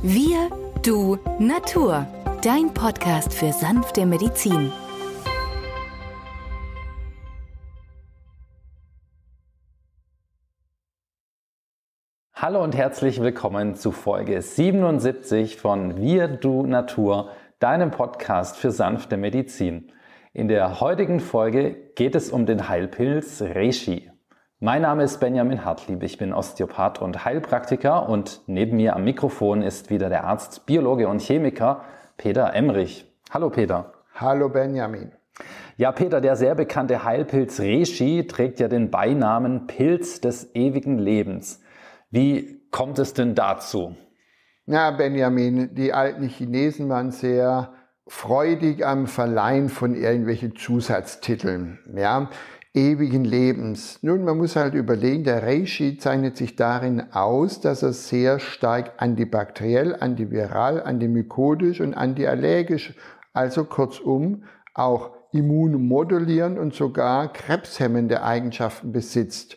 Wir, du, Natur. Dein Podcast für sanfte Medizin. Hallo und herzlich willkommen zu Folge 77 von Wir, du, Natur, deinem Podcast für sanfte Medizin. In der heutigen Folge geht es um den Heilpilz Reishi. Mein Name ist Benjamin Hartlieb, ich bin Osteopath und Heilpraktiker und neben mir am Mikrofon ist wieder der Arzt, Biologe und Chemiker Peter Emrich. Hallo Peter. Hallo Benjamin. Ja Peter, der sehr bekannte Heilpilz Reishi trägt ja den Beinamen Pilz des ewigen Lebens. Wie kommt es denn dazu? Na Benjamin, die alten Chinesen waren sehr freudig am Verleihen von irgendwelchen Zusatztiteln, ja, ewigen Lebens. Nun, man muss halt überlegen, der Reishi zeichnet sich darin aus, dass er sehr stark antibakteriell, antiviral, antimykotisch und antiallergisch, also kurzum auch immunmodulierend und sogar krebshemmende Eigenschaften besitzt.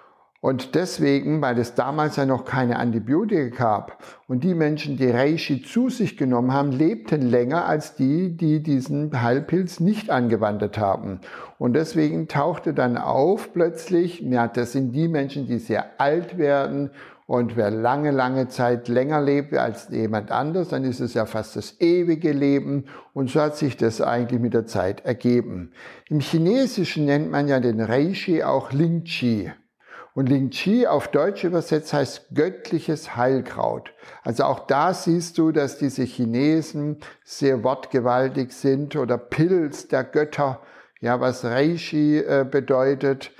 Und deswegen, weil es damals ja noch keine Antibiotika gab und die Menschen, die Reishi zu sich genommen haben, lebten länger als die, die diesen Heilpilz nicht angewandt haben. Und deswegen tauchte dann auf plötzlich, ja, das sind die Menschen, die sehr alt werden, und wer lange Zeit länger lebt als jemand anders, dann ist es ja fast das ewige Leben. Und so hat sich das eigentlich mit der Zeit ergeben. Im Chinesischen nennt man ja den Reishi auch Ling Qi. Und Ling Qi auf Deutsch übersetzt heißt göttliches Heilkraut. Also auch da siehst du, dass diese Chinesen sehr wortgewaltig sind, oder Pilz der Götter, ja, was Reishi bedeutet.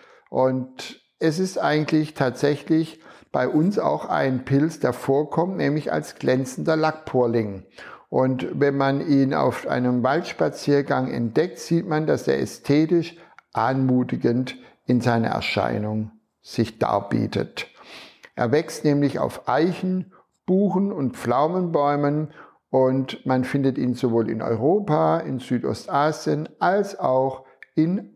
Und es ist eigentlich tatsächlich bei uns auch ein Pilz, der vorkommt, nämlich als glänzender Lackporling. Und wenn man ihn auf einem Waldspaziergang entdeckt, sieht man, dass er ästhetisch anmutigend in seiner Erscheinung sich darbietet. Er wächst nämlich auf Eichen, Buchen und Pflaumenbäumen und man findet ihn sowohl in Europa, in Südostasien als auch in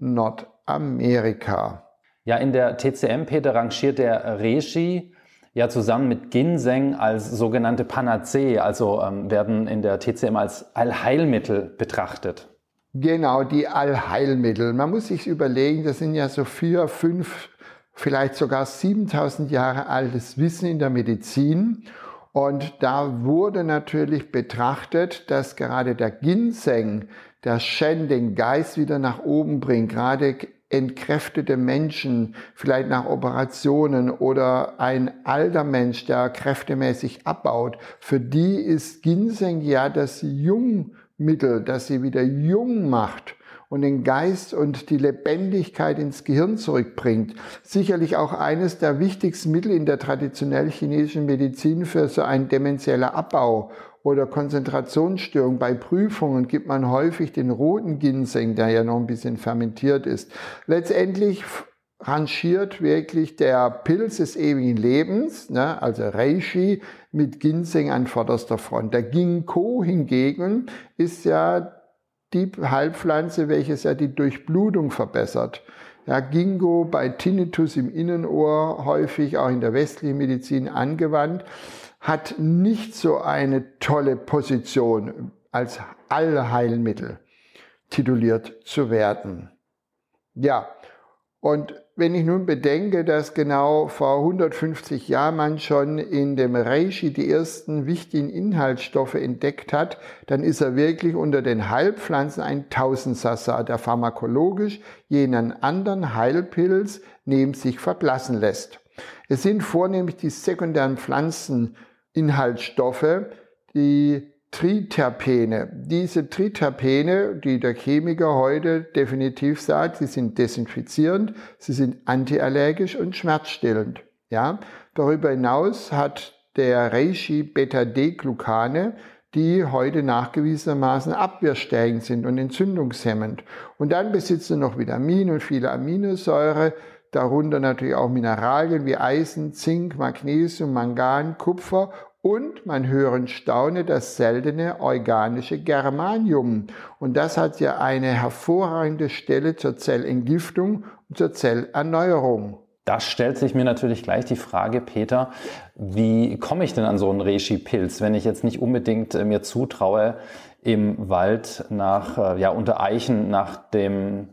Nordamerika. Ja, in der TCM, Peter, rangiert der Reishi ja zusammen mit Ginseng als sogenannte Panacee, also werden in der TCM als Allheilmittel betrachtet. Genau, die Allheilmittel. Man muss sich überlegen, das sind ja so 4, 5, vielleicht sogar 7000 Jahre altes Wissen in der Medizin. Und da wurde natürlich betrachtet, dass gerade der Ginseng, der Shen, den Geist wieder nach oben bringt, gerade entkräftete Menschen, vielleicht nach Operationen oder ein alter Mensch, der kräftemäßig abbaut, für die ist Ginseng ja das Jungmittel, das sie wieder jung macht und den Geist und die Lebendigkeit ins Gehirn zurückbringt. Sicherlich auch eines der wichtigsten Mittel in der traditionell chinesischen Medizin für so einen dementiellen Abbau oder Konzentrationsstörung. Bei Prüfungen gibt man häufig den roten Ginseng, der ja noch ein bisschen fermentiert ist. Letztendlich rangiert wirklich der Pilz des ewigen Lebens, ne, also Reishi, mit Ginseng an vorderster Front. Der Ginkgo hingegen ist ja die Heilpflanze, welches ja die Durchblutung verbessert. Ja, Ginkgo bei Tinnitus im Innenohr, häufig auch in der westlichen Medizin angewandt, hat nicht so eine tolle Position als Allheilmittel tituliert zu werden. Ja, und wenn ich nun bedenke, dass genau vor 150 Jahren man schon in dem Reishi die ersten wichtigen Inhaltsstoffe entdeckt hat, dann ist er wirklich unter den Heilpflanzen ein Tausendsassa, der pharmakologisch jenen anderen Heilpilz neben sich verblassen lässt. Es sind vornehmlich die sekundären Pflanzeninhaltsstoffe, die Triterpene. Diese Triterpene, die der Chemiker heute definitiv sagt, sie sind desinfizierend, sie sind antiallergisch und schmerzstillend. Ja? Darüber hinaus hat der Reishi Beta-D-Glucane, die heute nachgewiesenermaßen abwehrstärkend sind und entzündungshemmend. Und dann besitzt er noch Vitamine und viele Aminosäure, darunter natürlich auch Mineralien wie Eisen, Zink, Magnesium, Mangan, Kupfer und man hören staune das seltene organische Germanium. Und das hat ja eine hervorragende Stelle zur Zellentgiftung und zur Zellerneuerung. Da stellt sich mir natürlich gleich die Frage, Peter, wie komme ich denn an so einen Reishi-Pilz, wenn ich jetzt nicht unbedingt mir zutraue, im Wald unter Eichen nach dem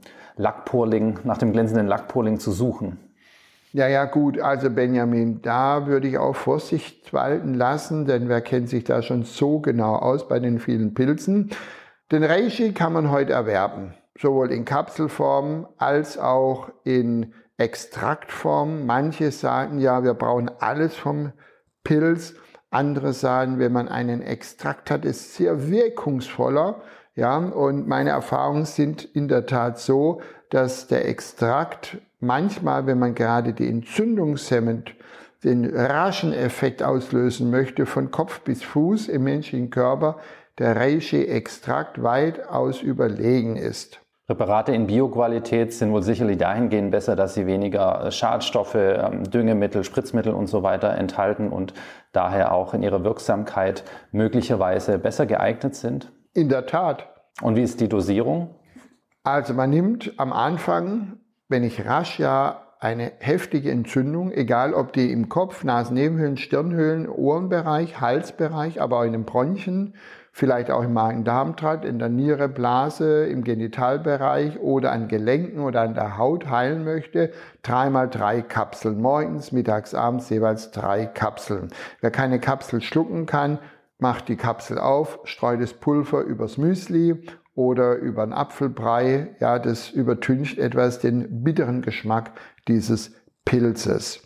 glänzenden Lackpurling zu suchen? Ja, gut, also Benjamin, da würde ich auch Vorsicht walten lassen, denn wer kennt sich da schon so genau aus bei den vielen Pilzen? Den Reishi kann man heute erwerben, sowohl in Kapselform als auch in Extraktform. Manche sagen ja, wir brauchen alles vom Pilz. Andere sagen, wenn man einen Extrakt hat, ist es sehr wirkungsvoller. Ja, und meine Erfahrungen sind in der Tat so, dass der Extrakt manchmal, wenn man gerade die entzündungshemmend den raschen Effekt auslösen möchte, von Kopf bis Fuß im menschlichen Körper, der Reishi-Extrakt weitaus überlegen ist. Präparate in Bioqualität sind wohl sicherlich dahingehend besser, dass sie weniger Schadstoffe, Düngemittel, Spritzmittel und so weiter enthalten und daher auch in ihrer Wirksamkeit möglicherweise besser geeignet sind. In der Tat. Und wie ist die Dosierung? Also man nimmt am Anfang, wenn ich rasch eine heftige Entzündung, egal ob die im Kopf, Nasennebenhöhlen, Stirnhöhlen, Ohrenbereich, Halsbereich, aber auch in den Bronchien, vielleicht auch im Magen-Darm-Trakt, in der Niere, Blase, im Genitalbereich oder an Gelenken oder an der Haut heilen möchte, 3x3 Kapseln. Morgens, mittags, abends jeweils 3 Kapseln. Wer keine Kapsel schlucken kann, macht die Kapsel auf, streut das Pulver übers Müsli oder über einen Apfelbrei. Ja, das übertüncht etwas den bitteren Geschmack dieses Pilzes.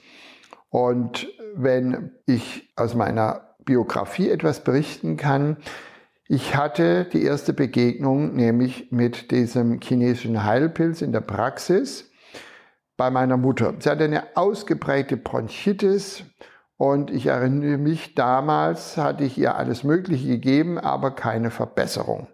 Und wenn ich aus meiner Biografie etwas berichten kann, ich hatte die erste Begegnung nämlich mit diesem chinesischen Heilpilz in der Praxis bei meiner Mutter. Sie hatte eine ausgeprägte Bronchitis und ich erinnere mich, damals hatte ich ihr alles Mögliche gegeben, aber keine Verbesserung.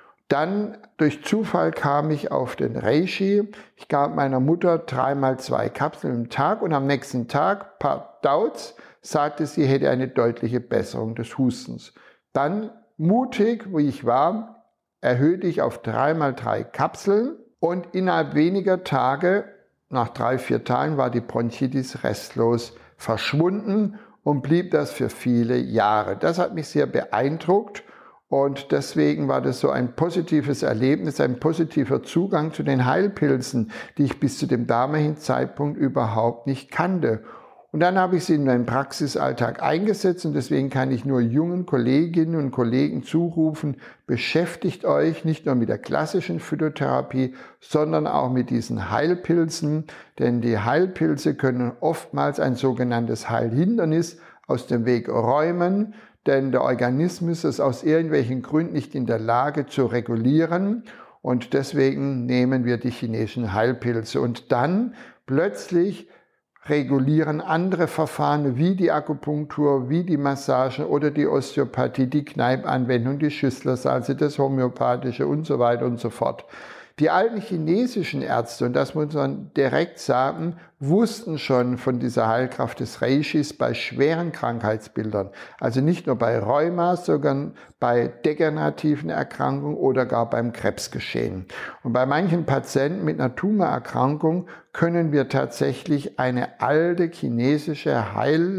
Dann durch Zufall kam ich auf den Reishi. Ich gab meiner Mutter 3x2 Kapseln am Tag und am nächsten Tag, paar Dauts, sagte sie, hätte eine deutliche Besserung des Hustens. Dann, mutig wie ich war, erhöhte ich auf 3x3 Kapseln und innerhalb weniger Tage, nach 3-4 Tagen, war die Bronchitis restlos verschwunden und blieb das für viele Jahre. Das hat mich sehr beeindruckt. Und deswegen war das so ein positives Erlebnis, ein positiver Zugang zu den Heilpilzen, die ich bis zu dem damaligen Zeitpunkt überhaupt nicht kannte. Und dann habe ich sie in meinen Praxisalltag eingesetzt und deswegen kann ich nur jungen Kolleginnen und Kollegen zurufen, beschäftigt euch nicht nur mit der klassischen Phytotherapie, sondern auch mit diesen Heilpilzen, denn die Heilpilze können oftmals ein sogenanntes Heilhindernis aus dem Weg räumen, denn der Organismus ist aus irgendwelchen Gründen nicht in der Lage zu regulieren und deswegen nehmen wir die chinesischen Heilpilze und dann plötzlich regulieren andere Verfahren wie die Akupunktur, wie die Massage oder die Osteopathie, die Kneipanwendung, die Schüsslersalze, das Homöopathische und so weiter und so fort. Die alten chinesischen Ärzte, und das muss man direkt sagen, wussten schon von dieser Heilkraft des Reishis bei schweren Krankheitsbildern. Also nicht nur bei Rheuma, sondern bei degenerativen Erkrankungen oder gar beim Krebsgeschehen. Und bei manchen Patienten mit einer Tumorerkrankung können wir tatsächlich eine alte chinesische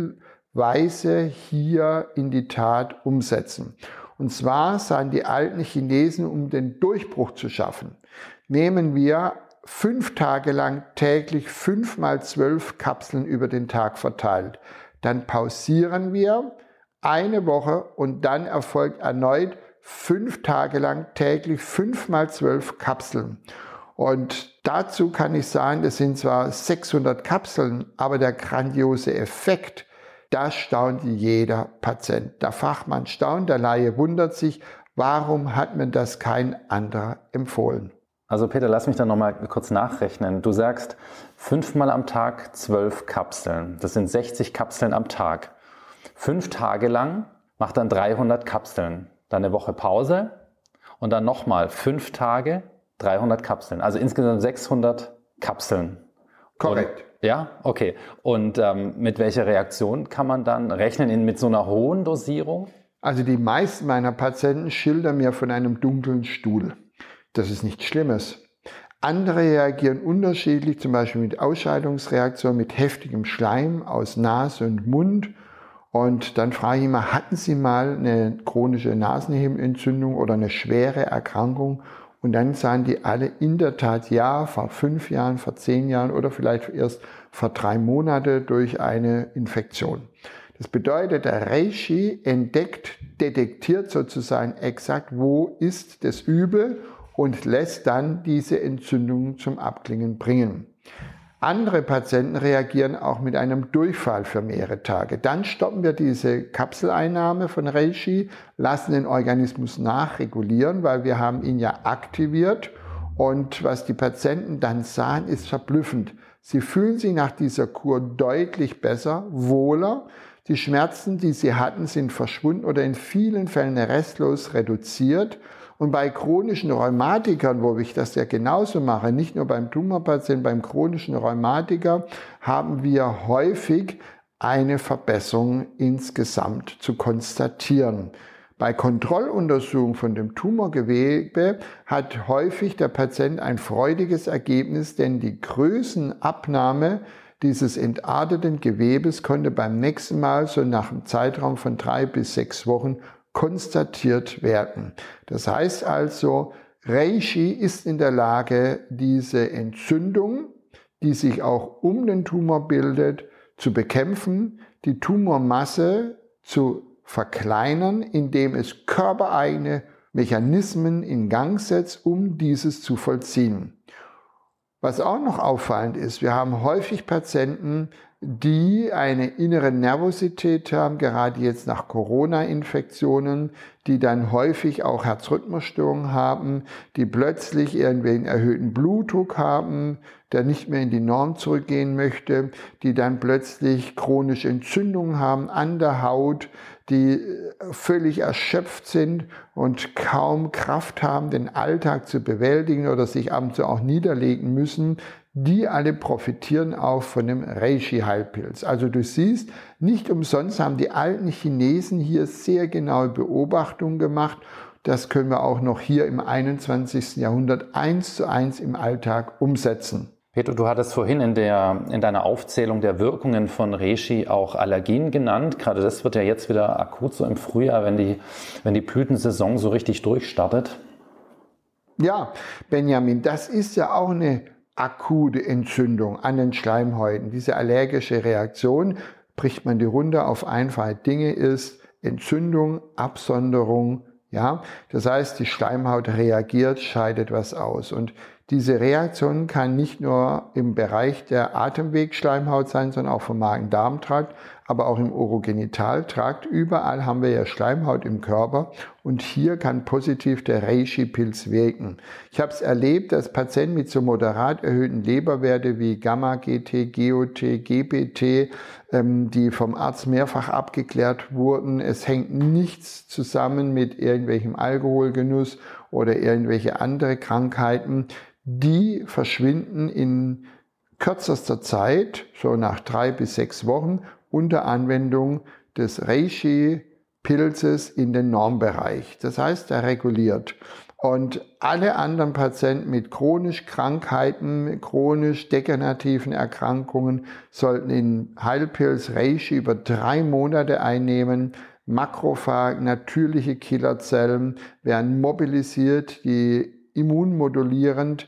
Heilweise hier in die Tat umsetzen. Und zwar sahen die alten Chinesen, um den Durchbruch zu schaffen, nehmen wir 5 Tage lang täglich 5x12 Kapseln über den Tag verteilt. Dann pausieren wir eine Woche und dann erfolgt erneut 5 Tage lang täglich 5x12 Kapseln. Und dazu kann ich sagen, das sind zwar 600 Kapseln, aber der grandiose Effekt, da staunt jeder Patient. Der Fachmann staunt, der Laie wundert sich, warum hat mir das kein anderer empfohlen? Also Peter, lass mich da nochmal kurz nachrechnen. Du sagst 5-mal am Tag 12 Kapseln. Das sind 60 Kapseln am Tag. 5 Tage lang macht dann 300 Kapseln. Dann eine Woche Pause und dann nochmal 5 Tage 300 Kapseln. Also insgesamt 600 Kapseln. Korrekt. Ja, okay. Und mit welcher Reaktion kann man dann rechnen mit so einer hohen Dosierung? Also die meisten meiner Patienten schildern mir von einem dunklen Stuhl. Das ist nichts Schlimmes. Andere reagieren unterschiedlich, zum Beispiel mit Ausscheidungsreaktionen, mit heftigem Schleim aus Nase und Mund. Und dann frage ich immer, hatten Sie mal eine chronische Nasennebenentzündung oder eine schwere Erkrankung? Und dann sagen die alle in der Tat ja, vor 5 Jahren, vor 10 Jahren oder vielleicht erst vor 3 Monaten durch eine Infektion. Das bedeutet, der Reishi detektiert sozusagen exakt, wo ist das Übel und lässt dann diese Entzündung zum Abklingen bringen. Andere Patienten reagieren auch mit einem Durchfall für mehrere Tage. Dann stoppen wir diese Kapseleinnahme von Reishi, lassen den Organismus nachregulieren, weil wir haben ihn ja aktiviert. Und was die Patienten dann sagen, ist verblüffend. Sie fühlen sich nach dieser Kur deutlich besser, wohler. Die Schmerzen, die sie hatten, sind verschwunden oder in vielen Fällen restlos reduziert. Und bei chronischen Rheumatikern, wo ich das ja genauso mache, nicht nur beim Tumorpatienten, beim chronischen Rheumatiker, haben wir häufig eine Verbesserung insgesamt zu konstatieren. Bei Kontrolluntersuchungen von dem Tumorgewebe hat häufig der Patient ein freudiges Ergebnis, denn die Größenabnahme dieses entarteten Gewebes konnte beim nächsten Mal so nach einem Zeitraum von 3 bis 6 Wochen konstatiert werden. Das heißt also, Reishi ist in der Lage, diese Entzündung, die sich auch um den Tumor bildet, zu bekämpfen, die Tumormasse zu verkleinern, indem es körpereigene Mechanismen in Gang setzt, um dieses zu vollziehen. Was auch noch auffallend ist, wir haben häufig Patienten, die eine innere Nervosität haben, gerade jetzt nach Corona-Infektionen, die dann häufig auch Herzrhythmusstörungen haben, die plötzlich irgendwie einen erhöhten Blutdruck haben, der nicht mehr in die Norm zurückgehen möchte, die dann plötzlich chronische Entzündungen haben an der Haut, die völlig erschöpft sind und kaum Kraft haben, den Alltag zu bewältigen oder sich abends auch niederlegen müssen, die alle profitieren auch von dem Reishi-Heilpilz. Also du siehst, nicht umsonst haben die alten Chinesen hier sehr genaue Beobachtungen gemacht. Das können wir auch noch hier im 21. Jahrhundert 1:1 im Alltag umsetzen. Peter, du hattest vorhin in deiner Aufzählung der Wirkungen von Reishi auch Allergien genannt. Gerade das wird ja jetzt wieder akut so im Frühjahr, wenn die Blütensaison so richtig durchstartet. Ja, Benjamin, das ist ja auch eine akute Entzündung an den Schleimhäuten. Diese allergische Reaktion, bricht man die runter auf einfache Dinge, ist Entzündung, Absonderung. Ja, das heißt, die Schleimhaut reagiert, scheidet was aus. Und diese Reaktion kann nicht nur im Bereich der Atemwegsschleimhaut sein, sondern auch vom Magen-Darm-Trakt, aber auch im Urogenitaltrakt. Überall haben wir ja Schleimhaut im Körper und hier kann positiv der Reishi-Pilz wirken. Ich habe es erlebt, dass Patienten mit so moderat erhöhten Leberwerte wie Gamma-GT, GOT, GPT, die vom Arzt mehrfach abgeklärt wurden. Es hängt nichts zusammen mit irgendwelchem Alkoholgenuss oder irgendwelche andere Krankheiten. Die verschwinden in kürzester Zeit, so nach 3 bis 6 Wochen, unter Anwendung des Reishi-Pilzes in den Normbereich. Das heißt, er reguliert. Und alle anderen Patienten mit chronischen Krankheiten, chronisch degenerativen Erkrankungen sollten den Heilpilz Reishi über 3 Monate einnehmen. Makrophagen, natürliche Killerzellen werden mobilisiert, die immunmodulierend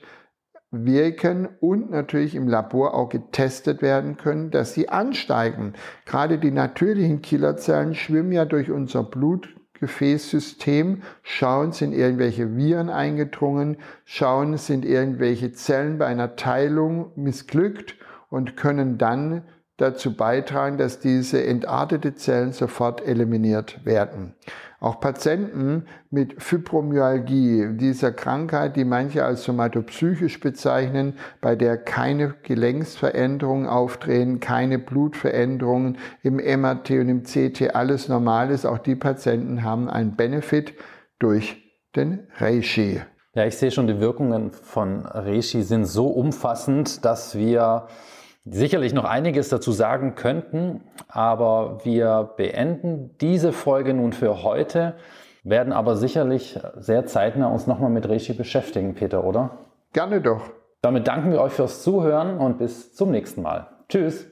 wirken und natürlich im Labor auch getestet werden können, dass sie ansteigen. Gerade die natürlichen Killerzellen schwimmen ja durch unser Blutgefäßsystem, schauen, sind irgendwelche Viren eingedrungen, schauen, sind irgendwelche Zellen bei einer Teilung missglückt und können dann dazu beitragen, dass diese entartete Zellen sofort eliminiert werden. Auch Patienten mit Fibromyalgie, dieser Krankheit, die manche als somatopsychisch bezeichnen, bei der keine Gelenksveränderungen auftreten, keine Blutveränderungen im MRT und im CT, alles normal ist, auch die Patienten haben einen Benefit durch den Reishi. Ja, ich sehe schon, die Wirkungen von Reishi sind so umfassend, dass wir sicherlich noch einiges dazu sagen könnten, aber wir beenden diese Folge nun für heute, werden aber sicherlich sehr zeitnah uns nochmal mit Reishi beschäftigen, Peter, oder? Gerne doch. Damit danken wir euch fürs Zuhören und bis zum nächsten Mal. Tschüss!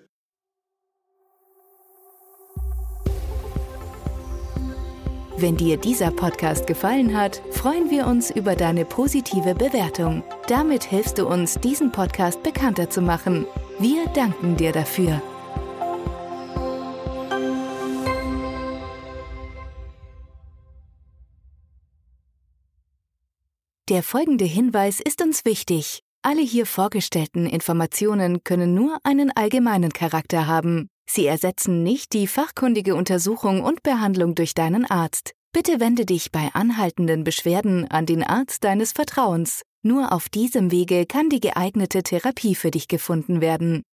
Wenn dir dieser Podcast gefallen hat, freuen wir uns über deine positive Bewertung. Damit hilfst du uns, diesen Podcast bekannter zu machen. Wir danken dir dafür. Der folgende Hinweis ist uns wichtig. Alle hier vorgestellten Informationen können nur einen allgemeinen Charakter haben. Sie ersetzen nicht die fachkundige Untersuchung und Behandlung durch deinen Arzt. Bitte wende dich bei anhaltenden Beschwerden an den Arzt deines Vertrauens. Nur auf diesem Wege kann die geeignete Therapie für dich gefunden werden.